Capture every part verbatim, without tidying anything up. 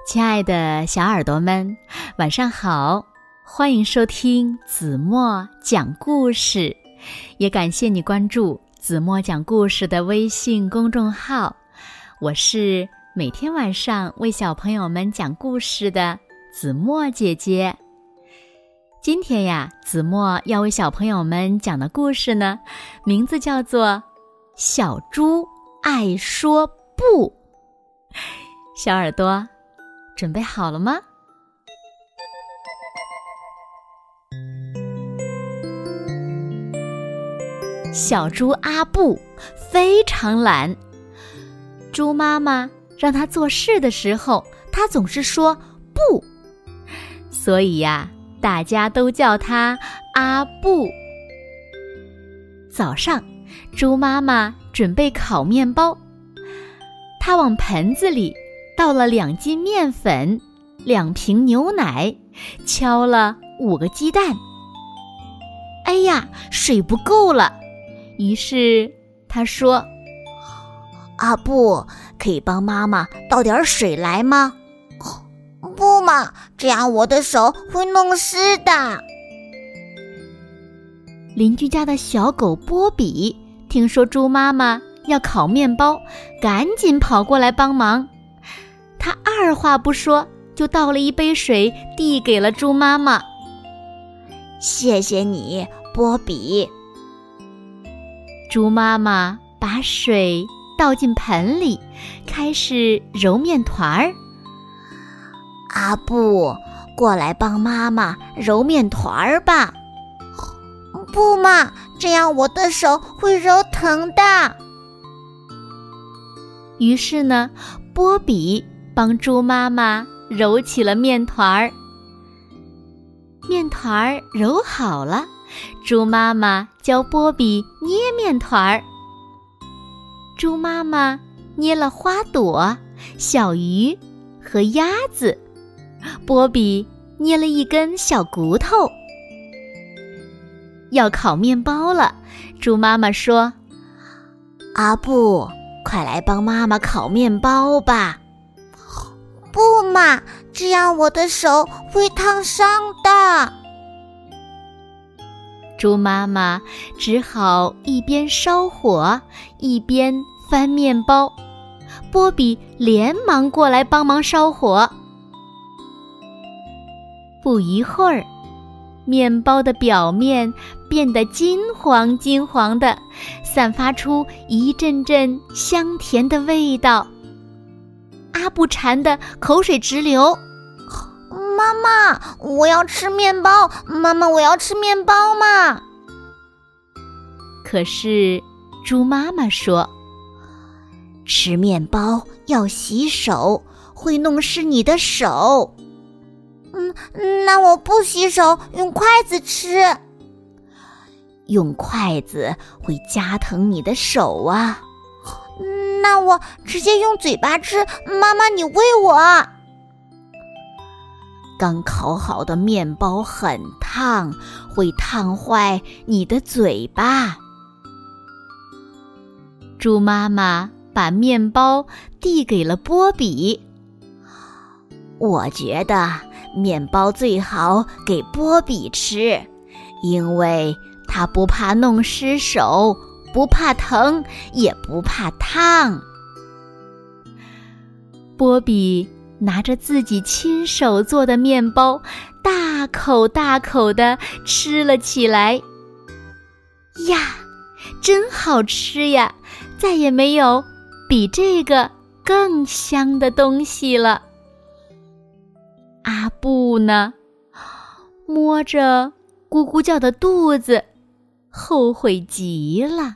亲爱的小耳朵们，晚上好，欢迎收听子墨讲故事，也感谢你关注子墨讲故事的微信公众号。我是每天晚上为小朋友们讲故事的子墨姐姐。今天呀，子墨要为小朋友们讲的故事呢，名字叫做小猪爱说不。小耳朵准备好了吗？小猪阿布非常懒，猪妈妈让他做事的时候，他总是说不，所以呀，大家都叫他阿布。早上，猪妈妈准备烤面包，她往盆子里倒了两斤面粉，两瓶牛奶，敲了五个鸡蛋。哎呀，水不够了，于是他说： 阿布，可以帮妈妈倒点水来吗？不嘛，这样我的手会弄湿的。 邻居家的小狗波比听说猪妈妈要烤面包，赶紧跑过来帮忙。他二话不说，就倒了一杯水递给了猪妈妈。 谢谢你，波比。 猪妈妈把水倒进盆里，开始揉面团儿。 阿布，过来帮妈妈揉面团儿吧。不嘛，这样我的手会揉疼的。 于是呢，波比帮猪妈妈揉起了面团儿。面团儿揉好了，猪妈妈教波比捏面团儿。猪妈妈捏了花朵、小鱼和鸭子，波比捏了一根小骨头。要烤面包了，猪妈妈说： 阿布，快来帮妈妈烤面包吧。不嘛，这样我的手会烫伤的。 猪妈妈只好一边烧火，一边翻面包。波比连忙过来帮忙烧火。不一会儿，面包的表面变得金黄金黄的，散发出一阵阵香甜的味道。阿布馋得口水直流。 妈妈，我要吃面包，妈妈，我要吃面包嘛。 可是猪妈妈说： 吃面包要洗手，会弄湿你的手。嗯，那我不洗手，用筷子吃。用筷子会夹疼你的手啊。那我直接用嘴巴吃，妈妈你喂我。刚烤好的面包很烫，会烫坏你的嘴巴。 猪妈妈把面包递给了波比。 我觉得面包最好给波比吃，因为他不怕弄湿手，不怕疼，也不怕烫。 波比拿着自己亲手做的面包，大口大口地吃了起来。呀，真好吃呀！再也没有比这个更香的东西了。阿布呢，摸着咕咕叫的肚子，后悔极了。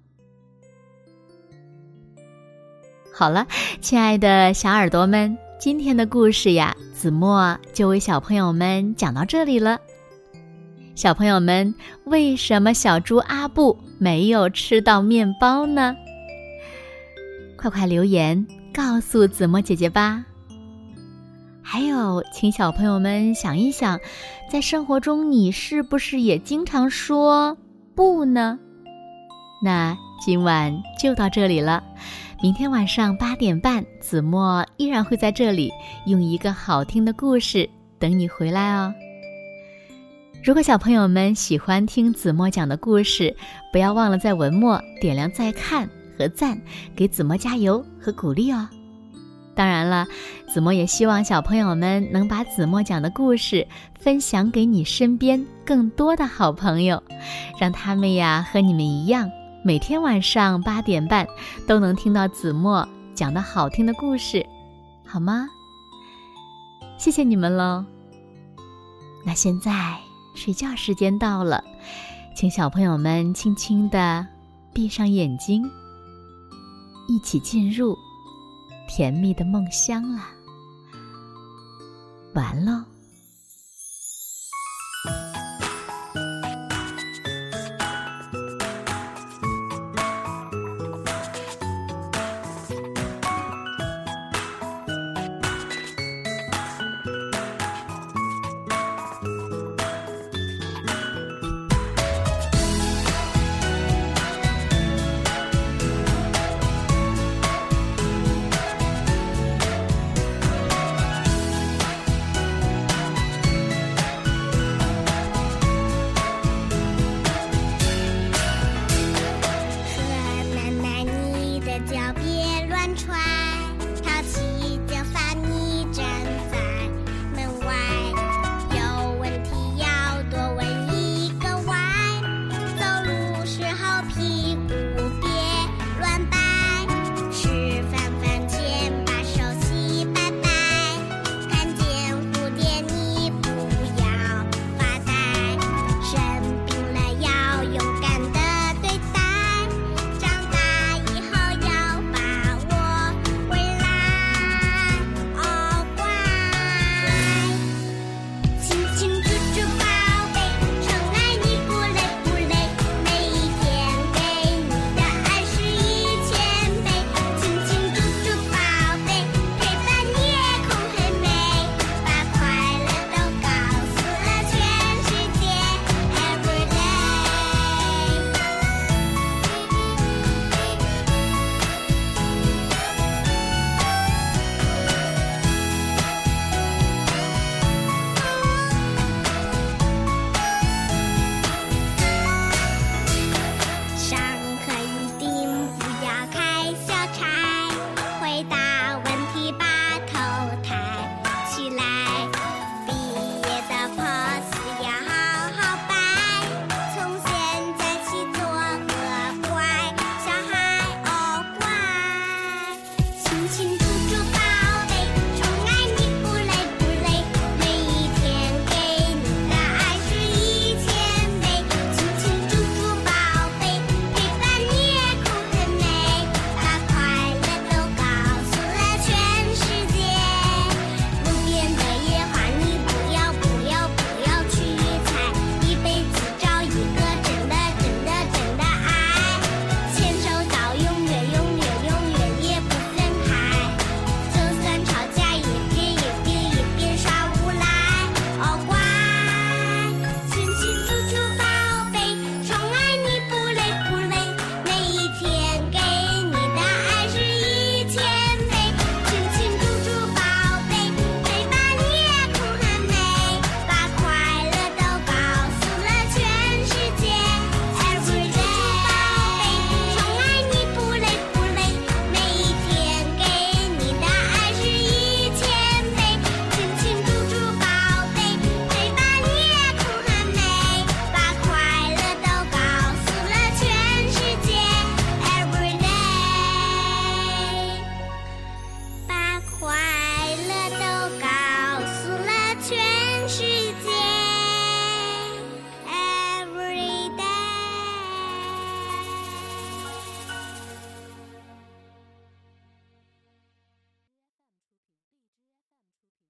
好了，亲爱的小耳朵们，今天的故事呀，子墨就为小朋友们讲到这里了。小朋友们，为什么小猪阿布没有吃到面包呢？快快留言告诉子墨姐姐吧。还有，请小朋友们想一想，在生活中你是不是也经常说不呢？那今晚就到这里了。明天晚上八点半，子墨依然会在这里用一个好听的故事等你回来哦。如果小朋友们喜欢听子墨讲的故事，不要忘了在文末点亮再看和赞，给子墨加油和鼓励哦。当然了，子墨也希望小朋友们能把子墨讲的故事分享给你身边更多的好朋友，让他们呀和你们一样，每天晚上八点半都能听到子墨讲的好听的故事，好吗？谢谢你们喽。那现在睡觉时间到了，请小朋友们轻轻地闭上眼睛，一起进入甜蜜的梦乡啦。完喽。 轻轻